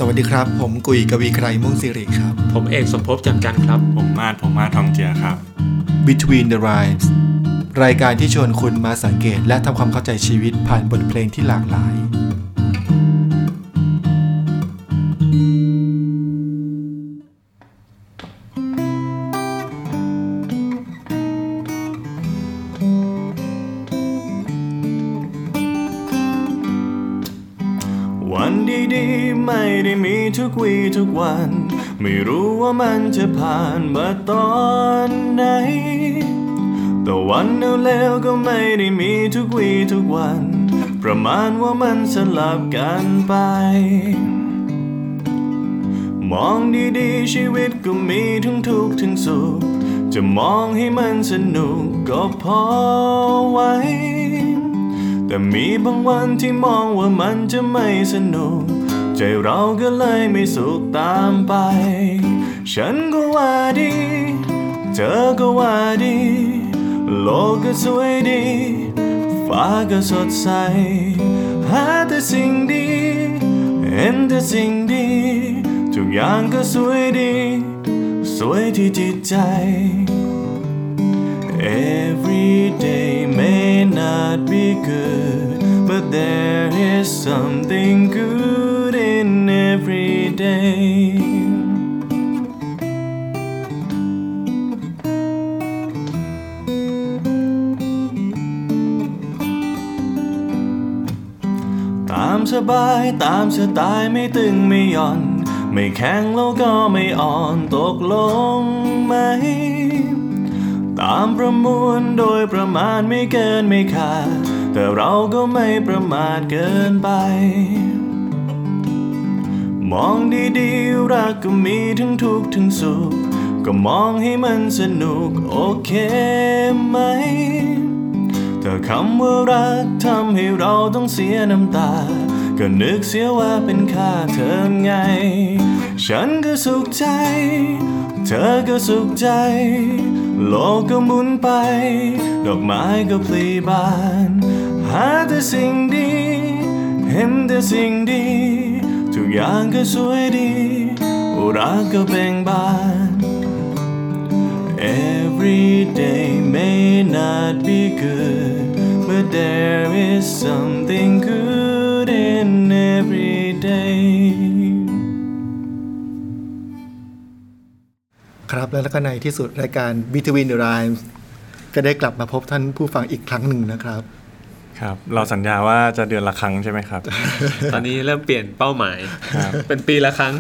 วัสดีครับผมกุยกวีไกรม่วงสิริครับผมเอกสมภพจันทร์กันครับผมมาศทองเจือครับ Between the Rhymes รายการที่ชวนคุณมาสังเกตและทำความเข้าใจชีวิตผ่านบทเพลงที่หลากหลายวันดีๆไม่ได้มีทุกวีทุกวันไม่รู้ว่ามันจะผ่านมาตอนไหนแต่วันเลวๆก็ไม่ได้มีทุกวีทุกวันประมาณว่ามันสลับกันไปมองดีๆชีวิตก็มีทั้งทุกข์ทั้งสุขจะมองให้มันสนุกก็พอไว้แต่มีบางวันที่มองว่ามันจะไม่สนุกใจเราก็เลยไม่สุขตามไปฉันก็ว่าดีเธอก็ว่าดีโลกก็สวยดีฟ้าก็สดใสหาแต่สิ่งดีเห็นแต่สิ่งดีทุกอย่างก็สวยดีสวยที่จิตใจ Every day may not be good but there is something good in every dayตามสบายตามสไตล์ไม่ตึงไม่หย่อนไม่แข็งแล้วก็ไม่อ่อนตกลงไหมตามประมวลโดยประมาณไม่เกินไม่ขาดแต่เราก็ไม่ประมาทเกินไปมองดีๆรักก็มีทั้งทุกข์ทั้งสุขก็มองให้มันสนุกโอเคไหมถ้าคำว่ารักทำให้เราต้องเสียน้ำตาก็นึกเสียว่าเป็นค่าเทอมไงฉันก็สุขใจเธอก็สุขใจโลกก็หมุนไปดอกไม้ก็พลีบานหาแต่สิ่งดีเห็นแต่สิ่งดีทุกอย่างก็สวยดีรักก็เบ่งบาน Every day may not be good but there is something good in every day ครับแล้วก็ในที่สุดรายการ Between the Rhymes ก็ได้กลับมาพบท่านผู้ฟังอีกครั้งหนึ่งนะครับครับเราสัญญาว่าจะเดือนละครั้งใช่ไหมครับตอนนี้เริ่มเปลี่ยนเป้าหมายเป็นปีละครั้ง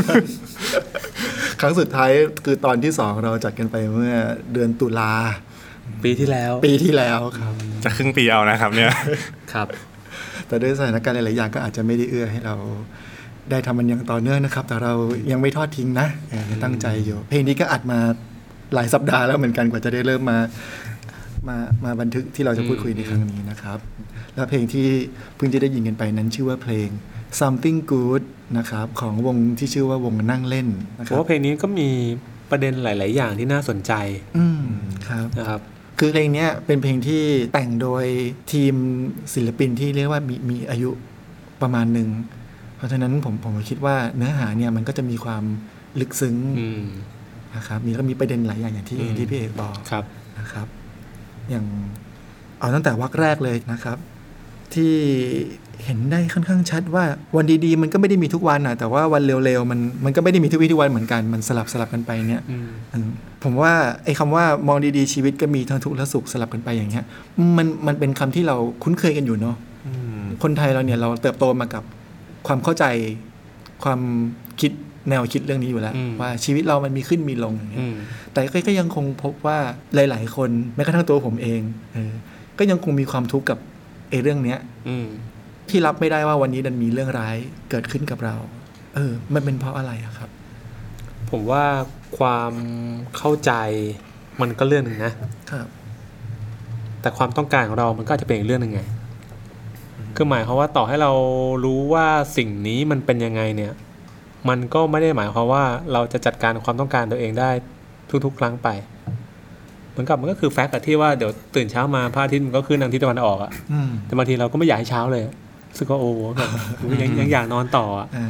ครั้งสุดท้ายคือตอนที่2เราจัดกันไปเมื่อเดือนตุลาปีที่แล้วครับจะครึ่งปีเอานะครับเนี่ยครับแต่ด้วยสถานการณ์หลายๆอย่างก็อาจจะไม่ได้เอื้อให้เราได้ทำมันอย่างต่อเนื่องนะครับแต่เรายังไม่ทอดทิ้งนะตั้งใจอยู่เพลงนี้ก็อัดมาหลายสัปดาห์แล้วเหมือนกันกว่าจะได้เริ่มมาบันทึกที่เราจะพูดคุยในครั้งนี้นะครับและเพลงที่เพิ่งจะได้ยินกันไปนั้นชื่อว่าเพลง Something Good นะครับของวงที่ชื่อว่าวงนั่งเล่นนะครับเพราะว่าเพลงนี้ก็มีประเด็นหลายๆอย่างที่น่าสนใจครับนะครับคือเพลงนี้เป็นเพลงที่แต่งโดยทีมศิลปินที่เรียกว่ามีอายุประมาณหนึ่งเพราะฉะนั้นผมคิดว่าเนื้อหาเนี่ยมันก็จะมีความลึกซึ้งนะครับมีประเด็นหลายอย่างอย่างที่พี่เอกบอกนะครับอย่างเอาตั้งแต่วรรคแรกเลยนะครับที่เห็นได้ค่อนข้างชัดว่าวันดีๆมันก็ไม่ได้มีทุกวันนะแต่ว่าวันเร็วๆมันก็ไม่ได้มีทุกวี่ทุกวันเหมือนกันมันสลับกันไปเนี่ยผมว่าไอ้คำว่ามองดีๆชีวิตก็มีทั้งทุกข์และสุขสลับกันไปอย่างเงี้ยมันเป็นคำที่เราคุ้นเคยกันอยู่เนาะคนไทยเราเนี่ยเราเติบโตมากับความเข้าใจความคิดแนวคิดเรื่องนี้อยู่แล้วว่าชีวิตเรามันมีขึ้นมีลงอย่างเงี้ยแต่ก็ยังคงพบว่าหลายๆคนแม้กระทั่งตัวผมเองก็ยังคงมีความทุกข์กับเรื่องเนี้ยที่รับไม่ได้ว่าวันนี้ดันมีเรื่องร้ายเกิดขึ้นกับเรามันเป็นเพราะอะไรครับผมว่าความเข้าใจมันก็เรื่องนึงนะครับแต่ความต้องการของเรามันก็จะเป็นอีกเรื่องนึงไงคือหมายความว่าต่อให้เรารู้ว่าสิ่งนี้มันเป็นยังไงเนี่ยมันก็ไม่ได้หมายความว่าเราจะจัดการความต้องการตัวเองได้ทุกๆครั้งไปเหมือนกับมันก็คือแฟกต์ที่ว่าเดี๋ยวตื่นเช้ามาพระอาทิตย์มันก็ขึ้นทางทิศตะวันออกแต่บางทีเราก็ไม่อยากให้เช้าเลยรู้สึกว่าโอ้แบบยังอยากนอนต่อ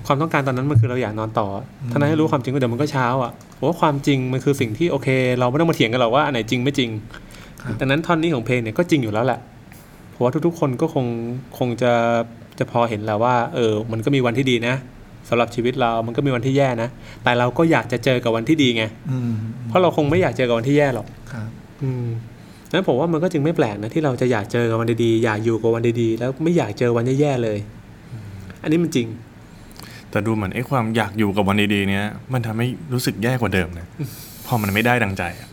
ความต้องการตอนนั้นมันคือเราอยากนอนต่อถ้านั้นให้รู้ความจริงก็เดี๋ยวมันก็เช้าอ่ะผมว่าความจริงมันคือสิ่งที่โอเคเราไม่ต้องมาเถียงกันหรอกว่าอันไหนจริงไม่จริงดังนั้นท่อนนี้ของเพลงเนี่ยก็จริงอยู่แล้วแหละเพราะว่าทุกๆคนก็คงจะพอเห็นแล้วว่ามันก็มีวันที่ดีนะสำหรับชีวิตเรามันก็มีวันที่แย่นะแต่เราก็อยากจะเจอกับวันที่ดีไงเพราะเราคงไม่อยากเจอกับวันที่แย่หรอกนั้นผมว่ามันก็จึงไม่แปลกนะที่เราจะอยากเจอกับวันดีๆอยากอยู่กับวันดีๆแล้วไม่อยากเจอวันแย่ๆเลยอันนี้มันจริงแต่ดูเหมือนไอ้ความอยากอยู่กับวันดีๆเนี้ยมันทำให้รู้สึกแย่กว่าเดิมนะพอมันไม่ได้ดังใจอ่ะ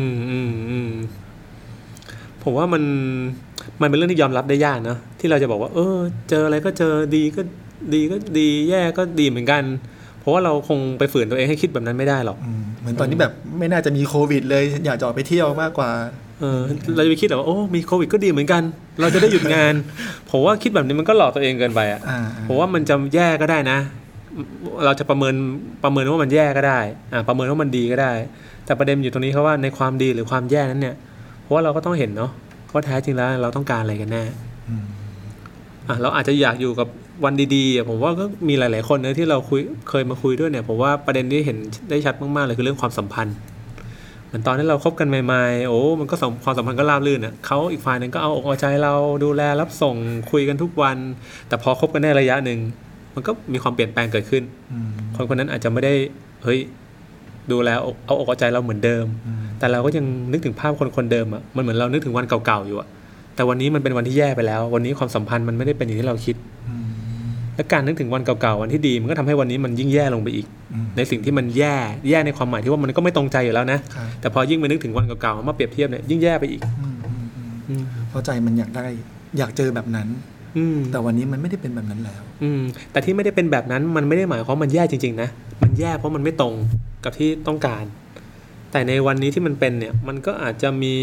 ผมว่ามันเป็นเรื่องที่ยอมรับได้ยากนะที่เราจะบอกว่าเจออะไรก็เจอดีก็ดีแย่ก็ดีเหมือนกันเพราะว่าเราคงไปฝืนตัวเองให้คิดแบบนั้นไม่ได้หรอกเหมือนตอนนี้แบบไม่น่าจะมีโควิดเลยอยากจะออกไปเที่ยวมากกว่าเราจะไปคิดว่ามีโควิดก็ดีเหมือนกันเราจะได้หยุดงานผมว่าคิดแบบนี้มันก็หลอกตัวเองเกินไปอ่ะผมว่ามันจะแย่ก็ได้นะเราจะประเมินว่ามันแย่ก็ได้ประเมินว่ามันดีก็ได้แต่ประเด็นอยู่ตรงนี้เพราะว่าในความดีหรือความแย่นั้นเนี่ยเพราะว่าเราก็ต้องเห็นเนาะว่าแท้จริงแล้วเราต้องการอะไรกันแน่เราอาจจะอยากอยู่กับวันดีๆผมว่าก็มีหลายๆคนนะที่เราเคยมาคุยด้วยเนี่ยผมว่าประเด็นที่เห็นได้ชัดมากๆเลยคือเรื่องความสัมพันธ์เหมือนตอนที่เราคบกันใหม่ๆมันก็ความสัมพันธ์ก็ราบรื่นอ่ะเขาอีกฝ่ายนึงก็เอาอกเอาใจเราดูแลรับส่งคุยกันทุกวันแต่พอคบกันได้ระยะนึงมันก็มีความเปลี่ยนแปลงเกิดขึ้นคนนั้นอาจจะไม่ได้ดูแลเอาอกเอาใจเราเหมือนเดิมแต่เราก็ยังนึกถึงภาพคนเดิมอ่ะมันเหมือนเรานึกถึงวันเก่าๆอยู่อ่ะแต่วันนี้มันเป็นวันที่แย่ไปแล้ววันนี้ความสัมพันธ์มันไม่ได้เป็นอย่างที่เราคิดและการนึกถึงวันเก่าๆวันที่ดีมันก็ทำให้วันนี้มันยิ่งแย่ลงไปอีกในสิ่งที่มันแย่ในความหมายที่ว่ามันก็ไม่ตรงใจอยู่แล้วนะแต่พอยิ่งไปนึกถึงวันเก่าๆมาเปรียบเทียบเนี่ยยิ่งแย่ไปอีกเพราะใจมันอยากเจอแบบนั้นแต่วันนี้มันไม่ได้เป็นแบบนั้นแล้วแต่ที่ไม่ได้เป็นแบบนั้นมันไม่ได้หมายความมันแย่จริงๆนะมันแย่เพราะมันไม่ตรงกับที่ต้องการแต่ในวันนี้ที่มันเป็นเนี่ยมันก็อาจจะมี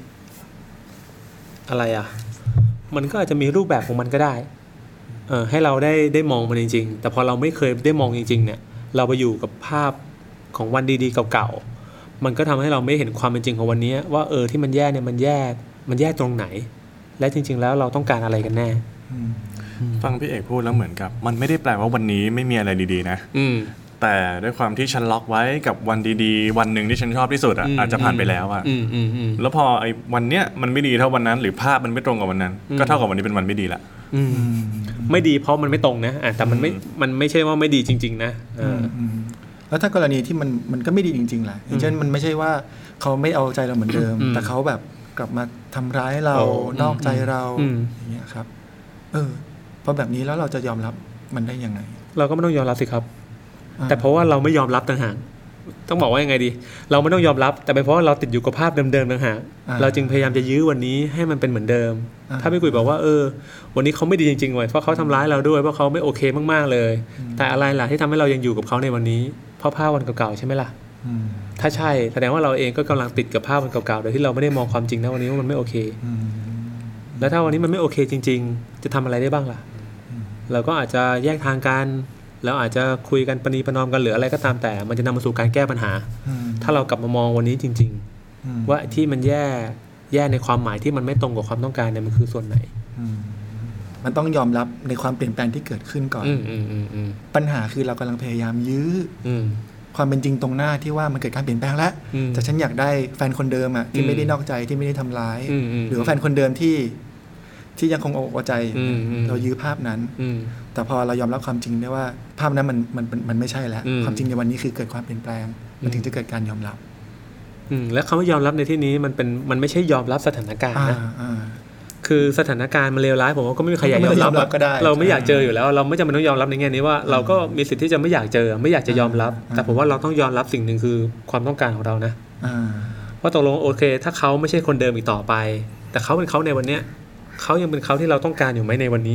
อะไรมันก็อาจจะมีรูปแบบของมันก็ได้ให้เราได้มองมันจริงๆแต่พอเราไม่เคยได้มองจริงๆเนี่ยเราไปอยู่กับภาพของวันดีๆเก่าๆมันก็ทำให้เราไม่เห็นความเป็นจริงของวันนี้ว่าที่มันแย่เนี่ยมันแย่ตรงไหนและจริงๆแล้วเราต้องการอะไรกันแน่ฟังพี่เอกพูดแล้วเหมือนกับมันไม่ได้แปลว่าวันนี้ไม่มีอะไรดีๆนะแต่ด้วยความที่ฉันล็อกไว้กับวันดีๆวันหนึ่งที่ฉันชอบที่สุดอาจจะผ่านไปแล้วแล้วพอไอ้วันเนี้ยมันไม่ดีเท่าวันนั้นหรือภาพมันไม่ตรงกับวันนั้นก็เท่ากับวันนี้เป็นวันไม่ดีละไม่ดีเพราะมันไม่ตรงนะแต่มันไม่ใช่ว่าไม่ดีจริงๆนะแล้วถ้ากรณีที่มันก็ไม่ดีจริงๆแหละอย่างเช่นมันไม่ใช่ว่าเขาไม่เอาใจเราเหมือนเดิมแต่เขาแบบกลับมาทำร้ายเรานอกใจเราอย่างเงี้ยครับพอแบบนี้แล้วเราจะยอมรับมันได้ยังไงเราก็ไม่ต้องยอมรับสิครับแต่เพราะว่าเราไม่ยอมรับต่างหากต้องบอกว่ายังไงดีเราไม่ต้องยอมรับแต่เป็นเพราะว่าเราติดอยู่กับภาพเดิมๆต่างหากเราจึงพยายามจะยื้อวันนี้ให้มันเป็นเหมือนเดิมถ้าพี่กุยบอกว่าวันนี้เขาไม่ดีจริงๆเลยเพราะเขาทำร้ายเราด้วยเพราะเขาไม่โอเคมากๆเลยแต่อะไรล่ะที่ทำให้เรายังอยู่กับเขาในวันนี้เพราะภาพวันเก่าๆใช่ไหมล่ะถ้าใช่แสดงว่าเราเองก็กำลังติดกับภาพวันเก่าๆโดยที่เราไม่ได้มองความจริงนะวันนี้ว่ามันไม่โอเคแล้วถ้าวันนี้มันไม่โอเคจริงๆจะทำอะไรได้บ้างล่ะเราก็อาจจะแยกทางกันแล้วอาจจะคุยกันประนีประนอมกันหรืออะไรก็ตามแต่มันจะนำมาสู่การแก้ปัญหาถ้าเรากลับมามองวันนี้จริงๆว่าที่มันแย่ในความหมายที่มันไม่ตรงกับความต้องการเนี่ยมันคือส่วนไหนมันต้องยอมรับในความเปลี่ยนแปลงที่เกิดขึ้นก่อนปัญหาคือเรากำลังพยายามยื้อความเป็นจริงตรงหน้าที่ว่ามันเกิดการเปลี่ยนแปลงแล้วแต่ฉันอยากได้แฟนคนเดิมที่ไม่ได้นอกใจที่ไม่ได้ทำร้ายหรือว่าแฟนคนเดิมที่ยังคงเอาใจเรายื้อภาพนั้นแต่พอเรายอมรับความจริงได้ว่าภาพนั้นมันไม่ใช่แล้วความจริงในวันนี้คือเกิดความเปลี่ยนแปลงมันถึงจะเกิดการยอมรับและคำว่ายอมรับในที่นี้มันไม่ใช่ยอมรับสถานการณ์นะคือสถานการณ์มันเลวร้ายผมว่าก็ไม่มีใครอยากยอมรับเราไม่อยากเจออยู่แล้วเราไม่จำเป็นต้องยอมรับในแง่นี้ว่าเราก็มีสิทธิ์ที่จะไม่อยากเจอไม่อยากจะยอมรับแต่ผมว่าเราต้องยอมรับสิ่งหนึ่งคือความต้องการของเรานะว่าตกลงโอเคถ้าเขาไม่ใช่คนเดิมอีกต่อไปแต่เขาเป็นเขาในวันเนี้ยเขายังเป็นเขาที่เราต้องการอยู่ไหมในวันนี้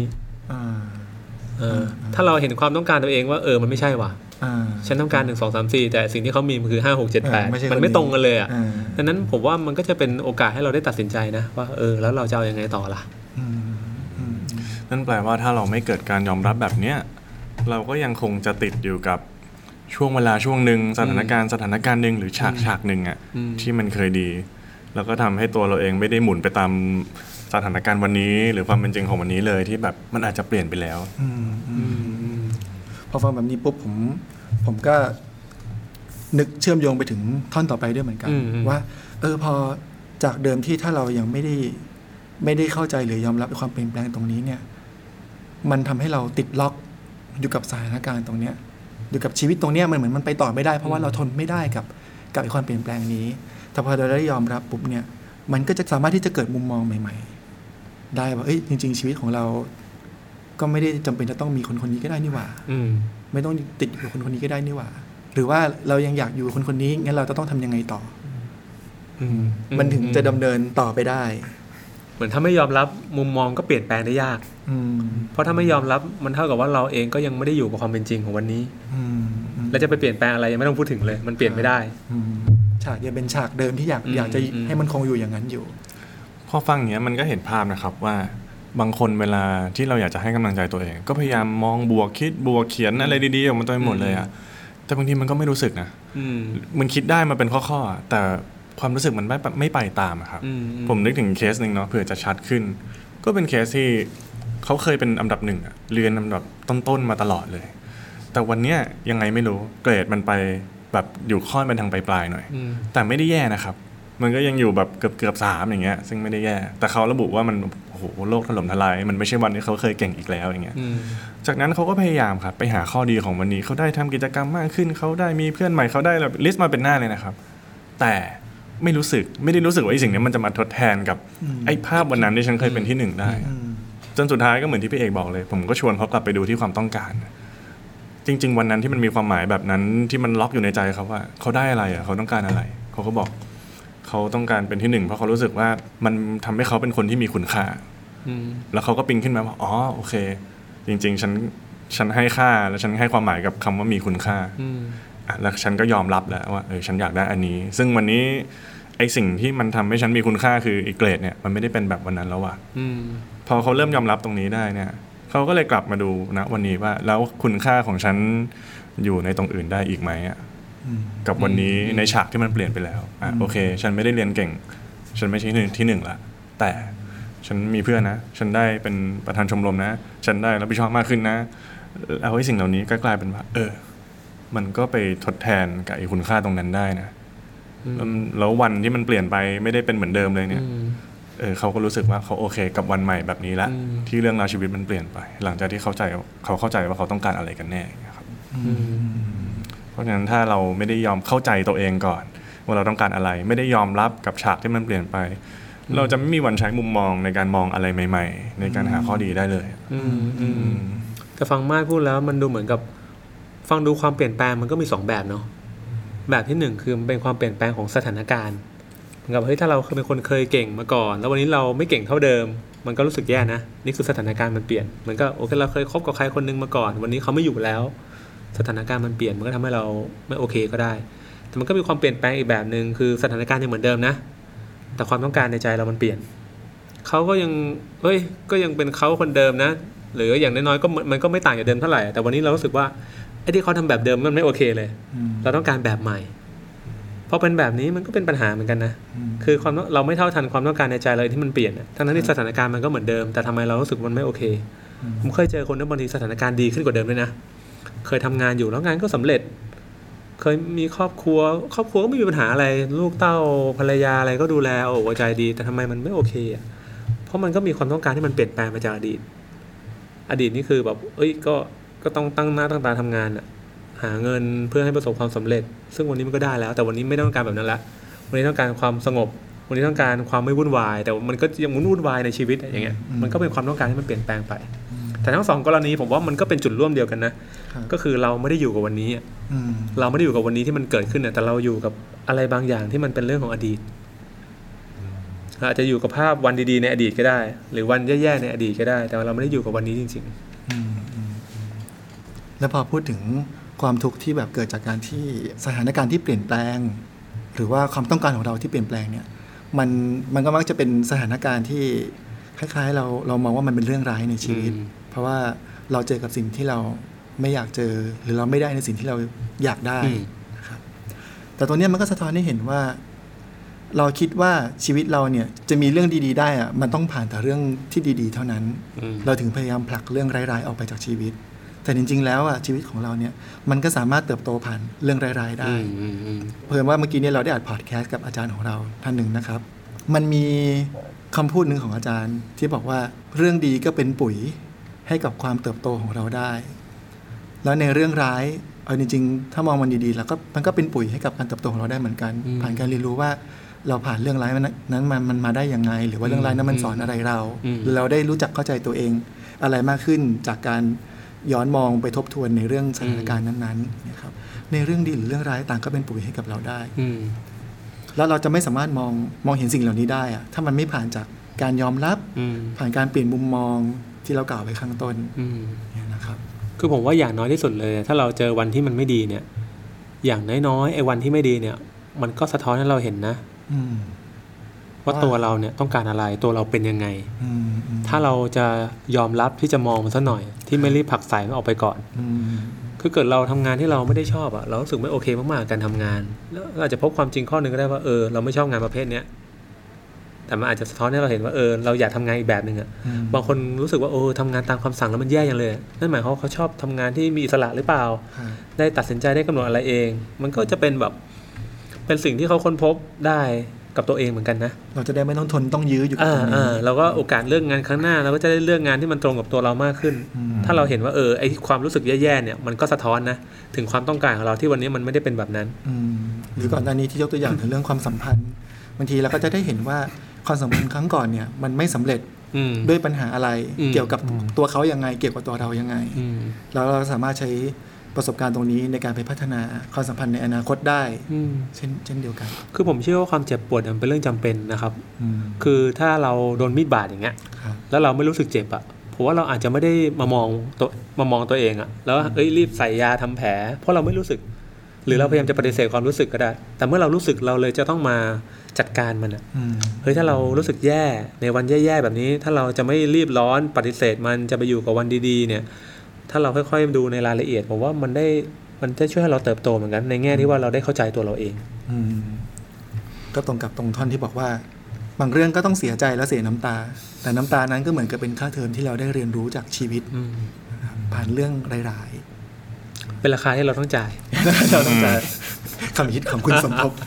ถ้าเราเห็นความต้องการตัวเองว่ามันไม่ใช่ว่ะฉันต้องการ1 2 3 4แต่สิ่งที่เขามีมันคือ5 6 7 8มันไม่ตรงกันเลยดังนั้นผมว่ามันก็จะเป็นโอกาสให้เราได้ตัดสินใจนะว่าแล้วเราจะเอายังไงต่อล่ะนั่นแปลว่าถ้าเราไม่เกิดการยอมรับแบบเนี้ยเราก็ยังคงจะติดอยู่กับช่วงเวลาช่วงนึงสถานการณ์นึงหรือฉากนึงที่มันเคยดีแล้วก็ทำให้ตัวเราเองไม่ได้หมุนไปตามสถานการณ์วันนี้หรือความเป็นจริงของวันนี้เลยที่แบบมันอาจจะเปลี่ยนไปแล้วพอฟังแบบนี้ปุ๊บผมก็นึกเชื่อมโยงไปถึงท่อนต่อไปด้วยเหมือนกันว่าพอจากเดิมที่ถ้าเรายังไม่ได้เข้าใจหรือยอมรับความเปลี่ยนแปลงตรงนี้เนี่ยมันทำให้เราติดล็อกอยู่กับสถานการณ์ตรงเนี้ยอยู่กับชีวิตตรงเนี้ยมันเหมือนมันไปต่อไม่ได้เพราะว่าเราทนไม่ได้กับความเปลี่ยนแปลงนี้แต่พอเราได้ยอมรับปุ๊บเนี่ยมันก็จะสามารถที่จะเกิดมุมมองใหม่ๆได้ว่าจริงๆชีวิตของเราก็ไม่ได้จำเป็นจะต้องมีคนนี้ก็ได้นี่หว่าไม่ต้องติดอยู่คนนี้ก็ได้นี่หว่าหรือว่าเรายังอยากอยู่คนนี้งั้นเราจะต้องทำยังไงต่อมันถึงจะดำเนินต่อไปได้เหมือนถ้าไม่ยอมรับมุมมองก็เปลี่ยนแปลงได้ยากเพราะถ้าไม่ยอมรับมันเท่ากับว่าเราเองก็ยังไม่ได้อยู่กับความเป็นจริงของวันนี้แล้วจะไปเปลี่ยนแปลงอะไรยังไม่ต้องพูดถึงเลยมันเปลี่ยนไม่ได้ฉากยังเป็นฉากเดิมที่อยากจะให้มันคงอยู่อย่างนั้นอยู่พอฟังอย่างเงี้ยมันก็เห็นภาพนะครับว่าบางคนเวลาที่เราอยากจะให้กำลังใจตัวเองก็พยายามมองบวกคิดบวกเขียนอะไรดีๆออกมาตัวหมดเลยอะแต่บางทีมันก็ไม่รู้สึกนะมันคิดได้มาเป็นข้อๆแต่ความรู้สึกมันไม่ไปตามครับผมนึกถึงเคสนึงเนาะเผื่อจะชัดขึ้นก็เป็นเคสที่เขาเคยเป็นอันดับ1เรียนอันดับต้นๆมาตลอดเลยแต่วันเนี้ยยังไงไม่รู้เกรดมันไปแบบอยู่ค่อนไปทางปลายๆหน่อยแต่ไม่ได้แย่นะครับมันก็ยังอยู่แบบเกือบ3อย่างเงี้ยซึ่งไม่ได้แย่แต่เขาระบุว่ามันโอ้โหโลกถล่มทลายมันไม่ใช่วันที่เขาเคยเก่งอีกแล้วอย่างเงี้ยจากนั้นเขาก็พยายามครับไปหาข้อดีของวันนี้เขาได้ทำกิจกรรมมากขึ้นเขาได้มีเพื่อนใหม่เขาได้แบบลิสต์มาเป็นหน้าเลยนะครับแต่ไม่ได้รู้สึกว่าไอ้สิ่งนี้มันจะมาทดแทนกับไอ้ภาพวันนั้นที่ฉันเคยเป็นที่1ได้จนสุดท้ายก็เหมือนที่พี่เอกบอกเลยผมก็ชวนเขากลับไปดูที่ความต้องการจริงๆวันนั้นที่มันมีความหมายแบบนั้นที่มันล็อกอยู่ในใจเขาว่าเขาได้อะไรเขาต้องการอะไรเขาก็บอกเขาต้องการเป็นที่1เพราะเขารู้สึกว่ามันทำให้เขาเป็นคนที่มีคุณค่าแล้วเขาก็ปิ๊งขึ้นมาว่าอ๋อโอเคจริงๆฉันให้ค่าและฉันให้ความหมายกับคำว่ามีคุณค่าแล้วฉันก็ยอมรับแล้วว่าฉันอยากได้อันนี้ซึ่งวันนี้ไอ้สิ่งที่มันทำให้ฉันมีคุณค่าคืออีกเกรดเนี่ยมันไม่ได้เป็นแบบวันนั้นแล้วว่ะพอเขาเริ่มยอมรับตรงนี้ได้เนี่ยเขาก็เลยกลับมาดูนะวันนี้ว่าแล้วคุณค่าของฉันอยู่ในตรงอื่นได้อีกไหมกับวันนี้ในฉากที่มันเปลี่ยนไปแล้วโอเคฉันไม่ได้เรียนเก่งฉันไม่ใช่ที่1ละแต่ฉันมีเพื่อนนะฉันได้เป็นประธานชมรมนะฉันได้รับผิดชอบมากขึ้นนะเอาไอ้สิ่งเหล่านี้ก็กลายเป็นว่ามันก็ไปทดแทนกับไอ้คุณค่าตรงนั้นได้นะแล้ววันที่มันเปลี่ยนไปไม่ได้เป็นเหมือนเดิมเลยเนี่ยเขาก็รู้สึกว่าเขาโอเคกับวันใหม่แบบนี้ละที่เรื่องราวชีวิตมันเปลี่ยนไปหลังจากที่เขาเข้าใจว่าเขาต้องการอะไรกันแน่ครับเพราะฉะนั้นถ้าเราไม่ได้ยอมเข้าใจตัวเองก่อนว่าเราต้องการอะไรไม่ได้ยอมรับกับฉากที่มันเปลี่ยนไปเราจะไม่มีวันใช้มุมมองในการมองอะไรใหม่ๆในการหาข้อดีได้เลยแต่ฟังมาดพูดแล้วมันดูเหมือนกับฟังดูความเปลี่ยนแปลงมันก็มี2แบบเนาะแบบที่1คือมันเป็นความเปลี่ยนแปลงของสถานการณ์เหมือนกับเฮ้ยถ้าเราเป็นคนเคยเก่งมาก่อนแล้ววันนี้เราไม่เก่งเท่าเดิมมันก็รู้สึกแย่นะนี่คือสถานการณ์มันเปลี่ยนเหมือนกับโอเคเราเคยคบกับใครคนนึงมาก่อนวันนี้เขาไม่อยู่แล้วสถานการณ์มันเปลี่ยนมันก็ทำให้เราไม่โอเคก็ได้แต่มันก็มีความเปลี่ยนแปลงอีกแบบนึงคือสถานการณ์ยังเหมือนเดิมนะแต่ความต้องการในใจเรามันเปลี่ยนเขาก็ยังเป็นเขาคนเดิมนะหรืออย่างน้อยๆก็มันก็ไม่ต่างจากเดิมเท่าไหร่แต่วันนี้เรารู้สึกว่าไอ้ที่เขาทำแบบเดิมมันไม่โอเคเลยเราต้องการแบบใหม่พอเป็นแบบนี้มันก็เป็นปัญหาเหมือนกันนะคือเราไม่เท่าทันความต้องการในใจเลยที่มันเปลี่ยนทั้งที่สถานการณ์มันก็เหมือนเดิมแต่ทำไมเรารู้สึกมันไม่โอเคผมเคยเจอคนที่บางทีสถานการณ์ดีขึ้นกว่าเดิมด้วยนะเคยทำงานอยู่แล้วงานก็สำเร็จเคยมีครอบครัวก็ไม่มีปัญหาอะไรลูกเต้าภรรยาอะไรก็ดูแลโอ้ใจดีแต่ทำไมมันไม่โอเคเพราะมันก็มีความต้องการที่มันเปลี่ยนแปลงไปจากอดีตนี่คือแบบก็ต้องตั้งหน้าตั้งตาทำงานหาเงินเพื่อให้ประสบความสำเร็จซึ่งวันนี้มันก็ได้แล้วแต่วันนี้ไม่ต้องการแบบนั้นละวันนี้ต้องการความสงบวันนี้ต้องการความไม่วุ่นวายแต่มันก็ยังวุ่นวายในชีวิตอย่างเงี้ยมันก็เป็นความต้องการที่มันเปลี่ยนแปลงไปแต่ทั้ง2กรณีผมว่ามันก็เป็นจุดร่วมเดียวกันนะก็คือเราไม่ได้อยู่กับวันนี้เราไม่ได้อยู่กับวันนี้ที่มันเกิดขึ้นแต่เราอยู่กับอะไรบางอย่างที่มันเป็นเรื่องของอดีตอาจจะอยู่กับภาพวันดีๆในอดีตก็ได้หรือวันแย่ๆในอดีตก็ได้แต่เราไม่ได้อยู่กับวันนี้จริงๆแล้วพอพูดถึงความทุกข์ที่แบบเกิดจากการที่สถานการณ์ที่เปลี่ยนแปลงหรือว่าความต้องการของเราที่เปลี่ยนแปลงเนี่ยมันก็มักจะเป็นสถานการณ์ที่คล้ายๆเรามองว่ามันเป็นเรื่องร้ายในชีวิตเพราะว่าเราเจอกับสิ่งที่เราไม่อยากเจอหรือเราไม่ได้ในสิ่งที่เราอยากได้นะครับแต่ตัวนี้มันก็สะท้อนให้เห็นว่าเราคิดว่าชีวิตเราเนี่ยจะมีเรื่องดีๆได้มันต้องผ่านแต่เรื่องที่ดีๆเท่านั้นเราถึงพยายามผลักเรื่องร้ายๆออกไปจากชีวิตแต่จริงๆแล้วชีวิตของเราเนี่ยมันก็สามารถเติบโตผ่านเรื่องร้ายๆได้เพิ่มว่าเมื่อกี้เนี่ยเราได้อัดพอดแคสต์กับอาจารย์ของเราท่านหนึ่งนะครับมันมีคำพูดหนึ่งของอาจารย์ที่บอกว่าเรื่องดีก็เป็นปุ๋ยให้กับความเติบโตของเราได้แล้วในเรื่องร้ายเอาจริงๆถ้ามองมันดีๆแล้วก็มันก็เป็นปุ๋ยให้กับการเติบโตของเราได้เหมือนกันผ่านการเรียนรู้ว่าเราผ่านเรื่องร้ายนั้นมันมาได้ยังไงหรือว่าเรื่องร้ายนั้นมันสอนอะไรเราหรือเราได้รู้จักเข้าใจตัวเองอะไรมากขึ้นจากการย้อนมองไปทบทวนในเรื่องสถานการณ์นั้นๆนะครับในเรื่องดีหรือเรื่องร้ายต่างก็เป็นปุ๋ยให้กับเราได้แล้วเราจะไม่สามารถมองเห็นสิ่งเหล่านี้ได้อะถ้ามันไม่ผ่านจากการยอมรับผ่านการเปลี่ยนมุมมองที่เรากล่าวไว้ข้างต้นเนี่ยนะครับคือผมว่าอย่างน้อยที่สุดเลยถ้าเราเจอวันที่มันไม่ดีเนี่ยอย่างน้อยๆไอ้วันที่ไม่ดีเนี่ยมันก็สะท้อนให้เราเห็นนะว่าตัวเราเนี่ยต้องการอะไรตัวเราเป็นยังไงถ้าเราจะยอมรับที่จะมองมันสักหน่อยที่ไม่รีบผลักใส่มันออกไปก่อนคือเกิดเราทำงานที่เราไม่ได้ชอบอะเรารู้สึกไม่โอเคมากๆการทำงานแล้วอาจจะพบความจริงข้อนึงก็ได้ว่าเราไม่ชอบงานประเภทเนี้ยแต่มันอาจจะสะท้อนให้เราเห็นว่าเราอยากทำงานอีกแบบนึงอะบางคนรู้สึกว่าทำงานตามคำสั่งแล้วมันแย่อย่างเลยนั่นหมายความว่าเขาชอบทำงานที่มีอิสระหรือเปล่าได้ตัดสินใจได้กำหนดอะไรเองมันก็จะเป็นแบบเป็นสิ่งที่เขาค้นพบได้กับตัวเองเหมือนกันนะเราจะได้ไม่ต้องทนต้องยื้ออยู่กับตรงนี้เราก็โอกาสเลือกงานครั้งหน้าเราก็จะได้เลือกงานที่มันตรงกับตัวเรามากขึ้นถ้าเราเห็นว่าไอ้ความรู้สึกแย่ๆเนี่ยมันก็สะท้อนนะถึงความต้องการของเราที่วันนี้มันไม่ได้เป็นแบบนั้นหรือก่อนหน้านี้ที่ยกตัวอย่างถึงเรื่องความสัมพันธ์บางทีเราก็จะได้เห็นว่าความสัมพันธ์ครั้งก่อนเนี่ยมันไม่สำเร็จด้วยปัญหาอะไรเกี่ยวกับตัวเขายังไงเกี่ยวกับตัวเรายังไงแล้วเราสามารถใช้ประสบการณ์ตรงนี้ในการไปพัฒนาความสัมพันธ์ในอนาคตได้เช่นเดียวกันคือผมเชื่อว่าความเจ็บปวดมันเป็นเรื่องจำเป็นนะครับคือถ้าเราโดนมีดบาดอย่างเงี้ยแล้วเราไม่รู้สึกเจ็บอ่ะผมว่าเราอาจจะไม่ได้มามองตัวเองอ่ะแล้วรีบใส่ยาทำแผลเพราะเราไม่รู้สึกหรือเราพยายามจะปฏิเสธความรู้สึกก็ได้แต่เมื่อเรารู้สึกเราเลยจะต้องมาจัดการมันอ่ะถ้าเรารู้สึกแย่ในวันแย่ๆแบบนี้ถ้าเราจะไม่รีบร้อนปฏิเสธมันจะไปอยู่กับวันดีๆเนี่ยถ้าเราค่อยๆดูในรายละเอียดผมว่ามันจะช่วยให้เราเติบโตเหมือนกันในแง่ที่ว่าเราได้เข้าใจตัวเราเองก็ตรงกับตรงท่อนที่บอกว่าบางเรื่องก็ต้องเสียใจและเสียน้ำตาแต่น้ำตานั้นก็เหมือนกับเป็นค่าเทอมที่เราได้เรียนรู้จากชีวิตผ่านเรื่องร้ายๆเป็นราคาที่เราต้องจ่ายเราต้องจ่ายคำคิดของคุณสมภพ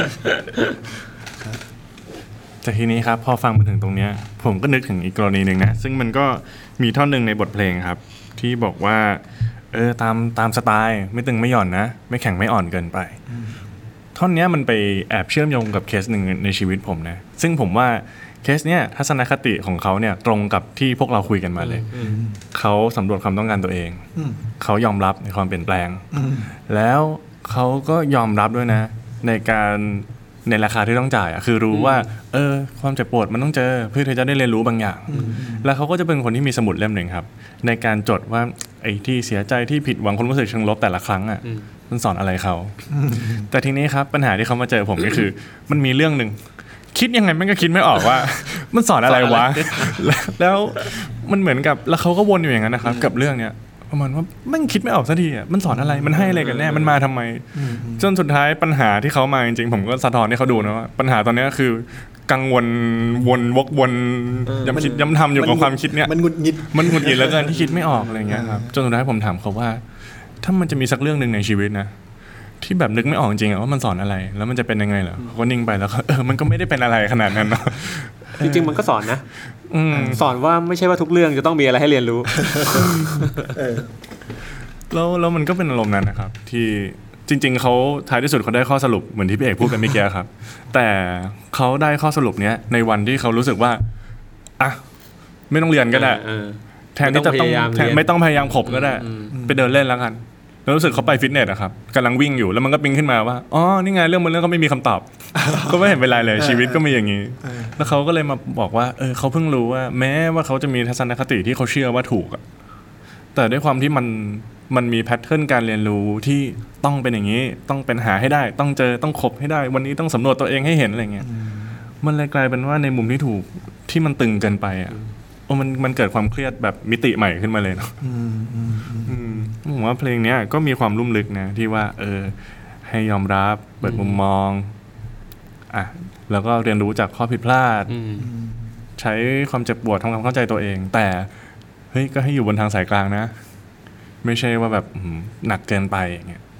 แต่ทีนี้ครับพอฟังมาถึงตรงนี้ผมก็นึกถึงอีกกรณีนึงนะซึ่งมันก็มีท่อนนึงในบทเพลงครับที่บอกว่าตามสไตล์ไม่ตึงไม่หย่อนนะไม่แข็งไม่อ่อนเกินไปท่อนนี้มันไปแอบเชื่อมโยงกับเคสหนึ่งในชีวิตผมนะซึ่งผมว่าเคสเนี้ยทัศนคติของเขาเนี่ยตรงกับที่พวกเราคุยกันมาเลยเขาสำรวจความต้องการตัวเองเขายอมรับในความเปลี่ยนแปลงแล้วเขาก็ยอมรับด้วยนะในราคาที่ต้องจ่ายคือรู้ว่าความเจ็บปวดมันต้องเจอเพื่อที่จะได้เรียนรู้บางอย่างแล้วเขาก็จะเป็นคนที่มีสมุดเล่มหนึ่งครับในการจดว่าไอ้ที่เสียใจที่ผิดหวังความรู้สึกเชิงลบแต่ละครั้งอ่ะมันสอนอะไรเขาแต่ทีนี้ครับปัญหาที่เขามาเจอผมก็คือมันมีเรื่องนึงคิดยังไงมันก็คิดไม่ออกว่ามันสอนอะไรวะแล้วมันเหมือนกับแล้วเขาก็วนอยู่อย่างนั้นนะครับกับเรื่องเนี้ยประมาณว่าไม่คิดไม่ออกสักทีอ่ะมันสอนอะไรมันให้อะไรกันแน่มันมาทำไมจนสุดท้ายปัญหาที่เขามาจริงๆผมก็สะท้อนให้เขาดูนะว่าปัญหาตอนนี้คือกังวลวกวนย้ำคิดย้ำทำอยู่กับความคิดเนี้ยมันหงุดหงิดแล้วกันที่คิดไม่ออกอะไรเงี้ยครับจนสุดท้ายผมถามเขาว่าถ้ามันจะมีสักเรื่องนึงในชีวิตนะที่แบบนึกไม่ออกจริงๆว่ามันสอนอะไรแล้วมันจะเป็นยังไงเหรอเขานิ่งไปแล้วมันก็ไม่ได้เป็นอะไรขนาดนั้นเนาะจริงๆมันก็สอนนะสอนว่าไม่ใช่ว่าทุกเรื่องจะต้องมีอะไรให้เรียนรู้แล้วมันก็เป็นอารมณ์นั้นนะครับที่จริงๆเขาท้ายที่สุดเขาได้ข้อสรุปเหมือนที่พี่เอกพูดกันเมื่อกี้ครับแต่เขาได้ข้อสรุปเนี้ยในวันที่เขารู้สึกว่าไม่ต้องเรียนก็ได้แทนที่จะต้องไม่ต้องพยายามขบก็ได้ไปเดินเล่นแล้วกันแล้วรู้สึกเขาไปฟิตเนสอะครับกำลังวิ่งอยู่แล้วมันก็ปิ๊งขึ้นมาว่าอ๋อนี่ไงเรื่องก็ไม่มีคำตอบก็ไม่เห็นเป็นไรเลยชีวิตก็มีอย่างนี้แล้วเขาก็เลยมาบอกว่าเขาเพิ่งรู้ว่าแม้ว่าเขาจะมีทัศนคติที่เขาเชื่อว่าถูกแต่ด้วยความที่มันมีแพทเทิร์นการเรียนรู้ที่ต้องเป็นอย่างนี้ต้องเป็นหาให้ได้ต้องเจอต้องขบให้ได้วันนี้ต้องสำรวจตัวเองให้เห็นอะไรเงี้ยมันเลยกลายเป็นว่าในมุมที่ถูกที่มันตึงเกินไปมันเกิดความเครียดแบบมิติใหม่ขึ้นมาเลยเนาะผมว่าเพลงนี้ก็มีความลุ่มลึกนะที่ว่าให้ยอมรับเปิดมุมมองแล้วก็เรียนรู้จากข้อผิดพลาดใช้ความเจ็บปวดทำความเข้าใจตัวเองแต่เฮ้ยก็ให้อยู่บนทางสายกลางนะไม่ใช่ว่าแบบหนักเกินไปอย่างเงี้ย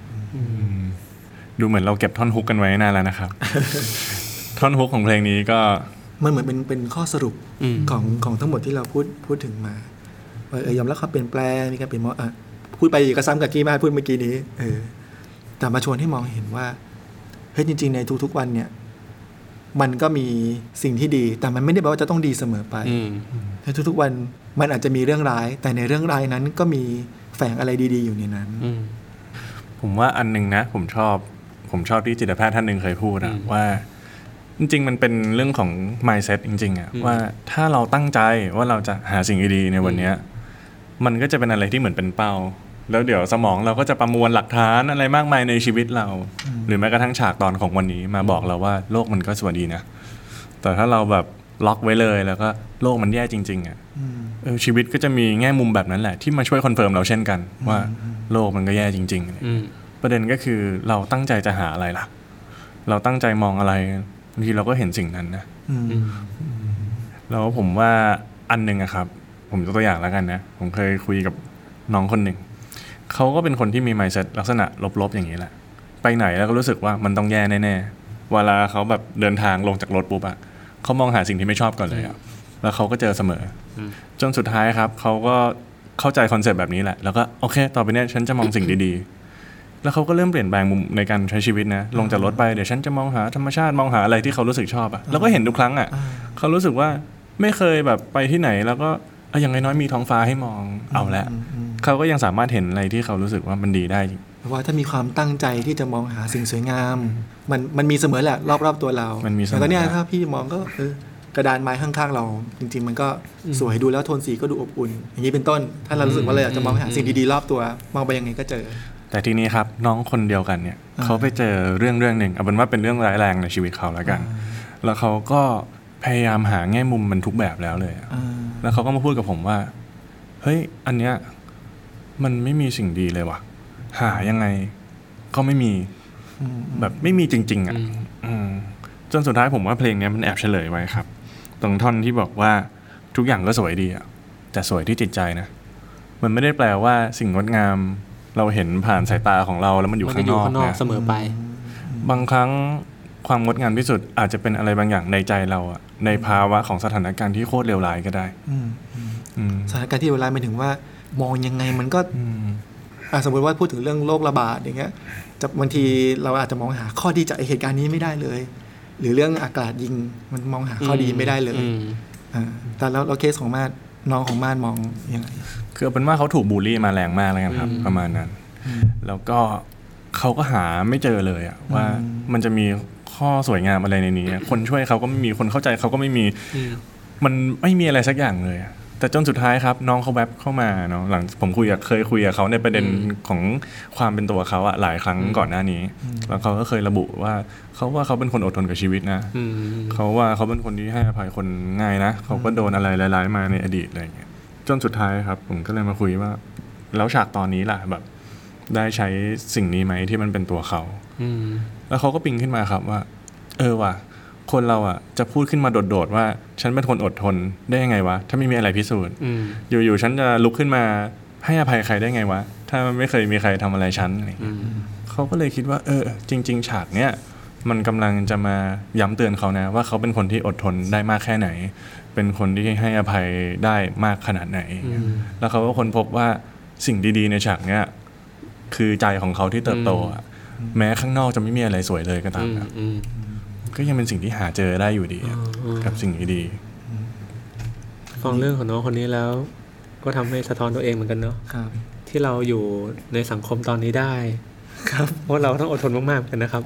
ดูเหมือนเราเก็บท่อนฮุกกันไว้นานแล้วนะครับ ท่อนฮุกของเพลงนี้ก็มันเหมือนเป็นข้อสรุปของทั้งหมดที่เราพูดถึงมายอมรับความเปลี่ยนแปลงมีการเปลี่ยนพูดไปก็ซ้ำกับกี้มาพูดเมื่อกี้นี้แต่มาชวนให้มองเห็นว่าเฮ้ยจริงๆในทุกๆวันเนี่ยมันก็มีสิ่งที่ดีแต่มันไม่ได้แปลว่าจะต้องดีเสมอไปในทุกๆวันมันอาจจะมีเรื่องร้ายแต่ในเรื่องร้ายนั้นก็มีแฝงอะไรดีๆอยู่ในนั้นผมว่าอันนึงนะผมชอบที่จิตแพทย์ท่านนึงเคยพูดนะว่าจริงๆมันเป็นเรื่องของ mindset จริงๆอ่ะว่าถ้าเราตั้งใจว่าเราจะหาสิ่งดีๆในวันนี้มันก็จะเป็นอะไรที่เหมือนเป็นเป้าแล้วเดี๋ยวสมองเราก็จะประมวลหลักฐานอะไรมากมายในชีวิตเราหรือแม้กระทั่งฉากตอนของวันนี้มาบอกเราว่าโลกมันก็สวัสดีนะแต่ถ้าเราแบบล็อกไว้เลยแล้วก็โลกมันแย่จริงๆอ่ะชีวิตก็จะมีแง่มุมแบบนั้นแหละที่มาช่วยคอนเฟิร์มเราเช่นกันว่าโลกมันก็แย่จริงๆประเด็นก็คือเราตั้งใจจะหาอะไรล่ะเราตั้งใจมองอะไรบางทีเราก็เห็นสิ่งนั้นนะแล้วผมว่าอันนึงอะครับผมยกตัวอย่างแล้วกันนะผมเคยคุยกับน้องคนหนึ่งเขาก็เป็นคนที่มี mindset ลักษณะลบๆอย่างนี้แหละไปไหนแล้วก็รู้สึกว่ามันต้องแย่แน่ๆเวลาเขาแบบเดินทางลงจากรถปุ๊บอะเขามองหาสิ่งที่ไม่ชอบก่อนเลยอะแล้วเขาก็เจอเสมอจนสุดท้ายครับเขาก็เข้าใจคอนเซ็ปต์แบบนี้แหละแล้วก็โอเคต่อไปนี้ฉันจะมองสิ่งดีๆแล้วเขาก็เริ่มเปลี่ยนแปลงมุมในการใช้ชีวิตนะลงจากรถไปเดี๋ยวฉันจะมองหาธรรมชาติมองหาอะไรที่เขารู้สึกชอบอะแล้วก็เห็นทุกครั้งอะเขารู้สึกว่าไม่เคยแบบไปที่ไหนแล้วก็อย่างน้อยๆมีท้องฟ้าให้มองเอาละเขาก็ยังสามารถเห็นอะไรที่เขารู้สึกว่ามันดีได้เพราะว่าถ้ามีความตั้งใจที่จะมองหาสิ่งสวยงามมันมีเสมอแหละรอบๆตัวเราแต่เนี่ยถ้าพี่มองก็กระดานไม้ข้างๆเราจริงๆมันก็สวยดูแล้วโทนสีก็ดูอบอุ่นอย่างนี้เป็นต้นถ้าเรารู้สึกว่าเราอยากจะมองหาสิ่งดีๆรอบตัวมองไปยังไงก็เจอแต่ทีนี้ครับน้องคนเดียวกันเนี่ยเขาไปเจอเรื่องหนึ่งเอาเป็นว่าเป็นเรื่องร้ายแรงในชีวิตเขาแล้วกันแล้วเขาก็พยายามหาแง่มุมมันทุกแบบแล้วเลยแล้วเขาก็มาพูดกับผมว่าเฮ้ยอันเนี้ยมันไม่มีสิ่งดีเลยว่ะหายังไงก็ไม่มีแบบไม่มีจริงๆอ่ะจนสุดท้ายผมว่าเพลงนี้มันแอบเฉลยไว้ครับตรงท่อนที่บอกว่าทุกอย่างก็สวยดีอ่ะแต่สวยที่จิตใจนะมันไม่ได้แปลว่าสิ่งงดงามเราเห็นผ่านสายตาของเราแล้วมันอยู่ข้างนอกนะเสมอไปบางครั้งความงดงามที่สุดอาจจะเป็นอะไรบางอย่างในใจเราอ่ะในภาวะของสถานการณ์ที่โคตรเลวร้ายก็ได้สถานการณ์ที่เลวร้ายหมายถึงว่ามองยังไงมันก็สมมติว่าพูดถึงเรื่องโรคระบาดอย่างเงี้ยจะบางทีเราอาจจะมองหาข้อดีจากเหตุการณ์นี้ไม่ได้เลยหรือเรื่องอากาศยิงมันมองหาข้อดีไม่ได้เลยแต่เราเคสของมาดน้องของมาดมองยังไงคือเป็นว่าเขาถูกบูลลี่มาแรงมากเลยครับประมาณนั้นแล้วก็เขาก็หาไม่เจอเลยอะว่ามันจะมีข้อสวยงามอะไรในนี้คนช่วยเขาก็ไม่มีคนเข้าใจเขาก็ไม่มีมันไม่มีอะไรสักอย่างเลยแต่จนสุดท้ายครับน้องเขาแวบเข้ามาเนาะหลังผมเคยคุยกับเขาในประเด็นของความเป็นตัวเขาอะหลายครั้งก่อนหน้านี้แล้วเขาก็เคยระบุว่าเขาเป็นคนอดทนกับชีวิตนะเขาว่าเขาเป็นคนที่ให้อภัยคนง่ายนะเขาก็โดนอะไรร้ายๆมาในอดีตอะไรอย่างเงี้ยจนสุดท้ายครับผมก็เลยมาคุยว่าแล้วฉากตอนนี้ล่ะแบบได้ใช้สิ่งนี้ไหมที่มันเป็นตัวเขาแล้วเขาก็ปิ๊งขึ้นมาครับว่าว่ะคนเราอ่ะจะพูดขึ้นมาโดดๆว่าฉันเป็นคนอดทนได้ยังไงวะถ้าไม่มีอะไรพิสูจน์อยู่ๆฉันจะลุกขึ้นมาให้อภัยใครได้ไงวะถ้าไม่เคยมีใครทำอะไรฉันอะไรเขาก็เลยคิดว่าจริงๆฉากเนี้ยมันกำลังจะมาย้ำเตือนเขานะว่าเขาเป็นคนที่อดทนได้มากแค่ไหนเป็นคนที่ให้อภัยได้มากขนาดไหนแล้วเขาก็ค้นพบว่าสิ่งดีๆในฉากเนี้ยคือใจของเขาที่เติบโตแม้ข้างนอกจะไม่มีอะไรสวยเลยก็ตามก็ยังเป็นสิ่งที่หาเจอได้อยู่ดีกับสิ่งดีฟังเรื่องของน้องคนนี้แล้วก็ทำให้สะท้อนตัวเองเหมือนกันเนาะที่เราอยู่ในสังคมตอนนี้ได้ครับเพราะเราต้องอดทนมากๆกันนะครับ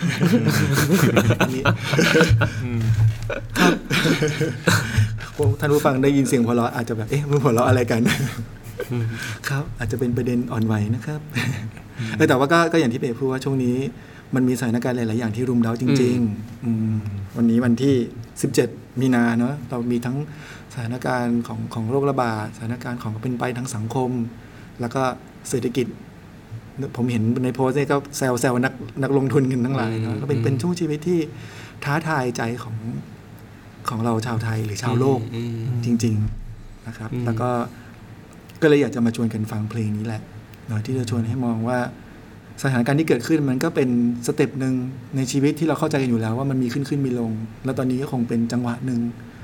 ท่านผู้ฟังได้ยินเสียงหัวเราะอาจจะแบบมันหัวเราะอะไรกันครับอาจจะเป็นประเด็นอ่อนไหวนะครับแต่ว่าก็อย่างที่เป้พูดว่าช่วงนี้มันมีสถานการณ์หลายๆอย่างที่รุมเร้าจริงๆวันนี้วันที่17มีนาเนาะเรามีทั้งสถานการณ์ของโรคระบาดสถานการณ์ของเป็นไปทั้งสังคมแล้วก็เศรษฐกิจผมเห็นในโพสต์นี่ก็แซวนักลงทุนกันทั้งหลายเนาะก็เป็นช่วงชีวิตที่ท้าทายใจของเราชาวไทยหรือชาวโลกจริงๆนะครับแล้วก็ก็เลยอยากจะมาชวนกันฟังเพลงนี้แหละโดยที่จะชวนให้มองว่าสถานการณ์ที่เกิดขึ้นมันก็เป็นสเต็ปนึงในชีวิตที่เราเข้าใจกันอยู่แล้วว่ามันมีขึ้นมีลงแล้วตอนนี้ก็คงเป็นจังหวะนึง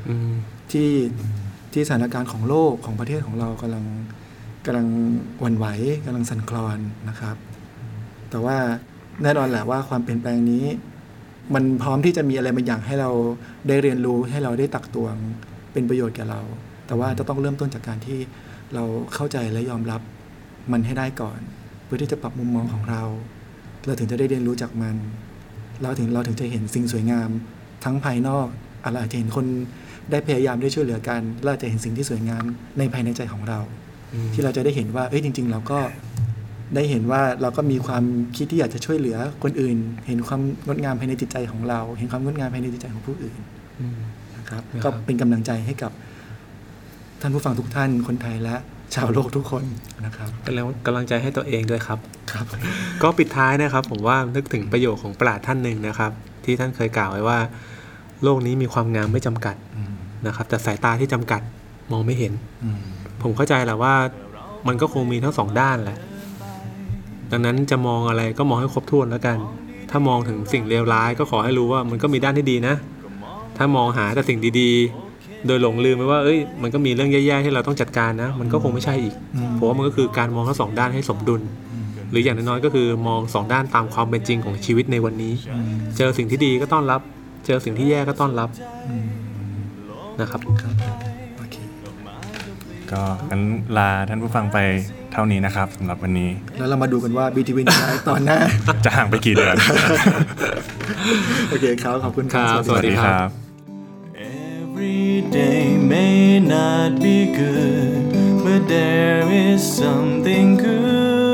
ที่สถานการณ์ของโลกของประเทศของเรากำลังหวั่นไหวกำลังสั่นคลอนนะครับแต่ว่าแน่นอนแหละว่าความเปลี่ยนแปลงนี้มันพร้อมที่จะมีอะไรบางอย่างให้เราได้เรียนรู้ให้เราได้ตักตวงเป็นประโยชน์แก่เราแต่ว่าจะต้องเริ่มต้นจากการที่เราเข้าใจและยอมรับมันให้ได้ก่อนเพื่อที่จะปรับมุมมองของเราถึงจะได้เรียนรู้จากมันเราถึงจะเห็นสิ่งสวยงามทั้งภายนอกอะไรจะเห็นคนได้พยายามได้ช่วยเหลือกันเราจะเห็นสิ่งที่สวยงามในภายในใจของเราที่เราจะได้เห็นว่าจริงๆเราก็ได้เห็นว่าเราก็มีความคิดที่อยากจะช่วยเหลือคนอื่นเห็นความงดงามภายในจิตใจของเราเห็นความงดงามภายในจิตใจของผู้อื่นนะครับก็เป็นกำลังใจให้กับท่านผู้ฟังทุกท่านคนไทยและชาวโลกทุกคนนะครับแล้วกำลังใจให้ตัวเองด้วยครับครับก็ปิดท้ายนะครับผมว่านึกถึงประโยคของปราชญ์ท่านหนึ่งนะครับที่ท่านเคยกล่าวไว้ว่าโลกนี้มีความงามไม่จำกัดนะครับแต่สายตาที่จำกัดมองไม่เห็นผมเข้าใจแหละว่ามันก็คงมีทั้งสองด้านแหละดังนั้นจะมองอะไรก็มองให้ครบถ้วนแล้วกันถ้ามองถึงสิ่งเลวร้ายก็ขอให้รู้ว่ามันก็มีด้านที่ดีนะถ้ามองหาแต่สิ่งดีๆโดยหลงลืมไปว่ามันก็มีเรื่องแย่ๆที่เราต้องจัดการนะมันก็คงไม่ใช่อีกเพราะว่ามันก็คือการมองทั้งสองด้านให้สมดุลหรืออย่างน้อยๆก็คือมองสองด้านตามความเป็นจริงของชีวิตในวันนี้เจอสิ่งที่ดีก็ต้อนรับเจอสิ่งที่แย่ก็ต้อนรับนะครับก็งั้นลาท่านผู้ฟังไปเท่านี้นะครับสำหรับวันนี้แล้วเรามาดูกันว่า BTV ตอนหน้าจะห่างไปกี่เดือนโอเคครับขอบคุณครับสวัสดีครับ Every day may not be good but there is something good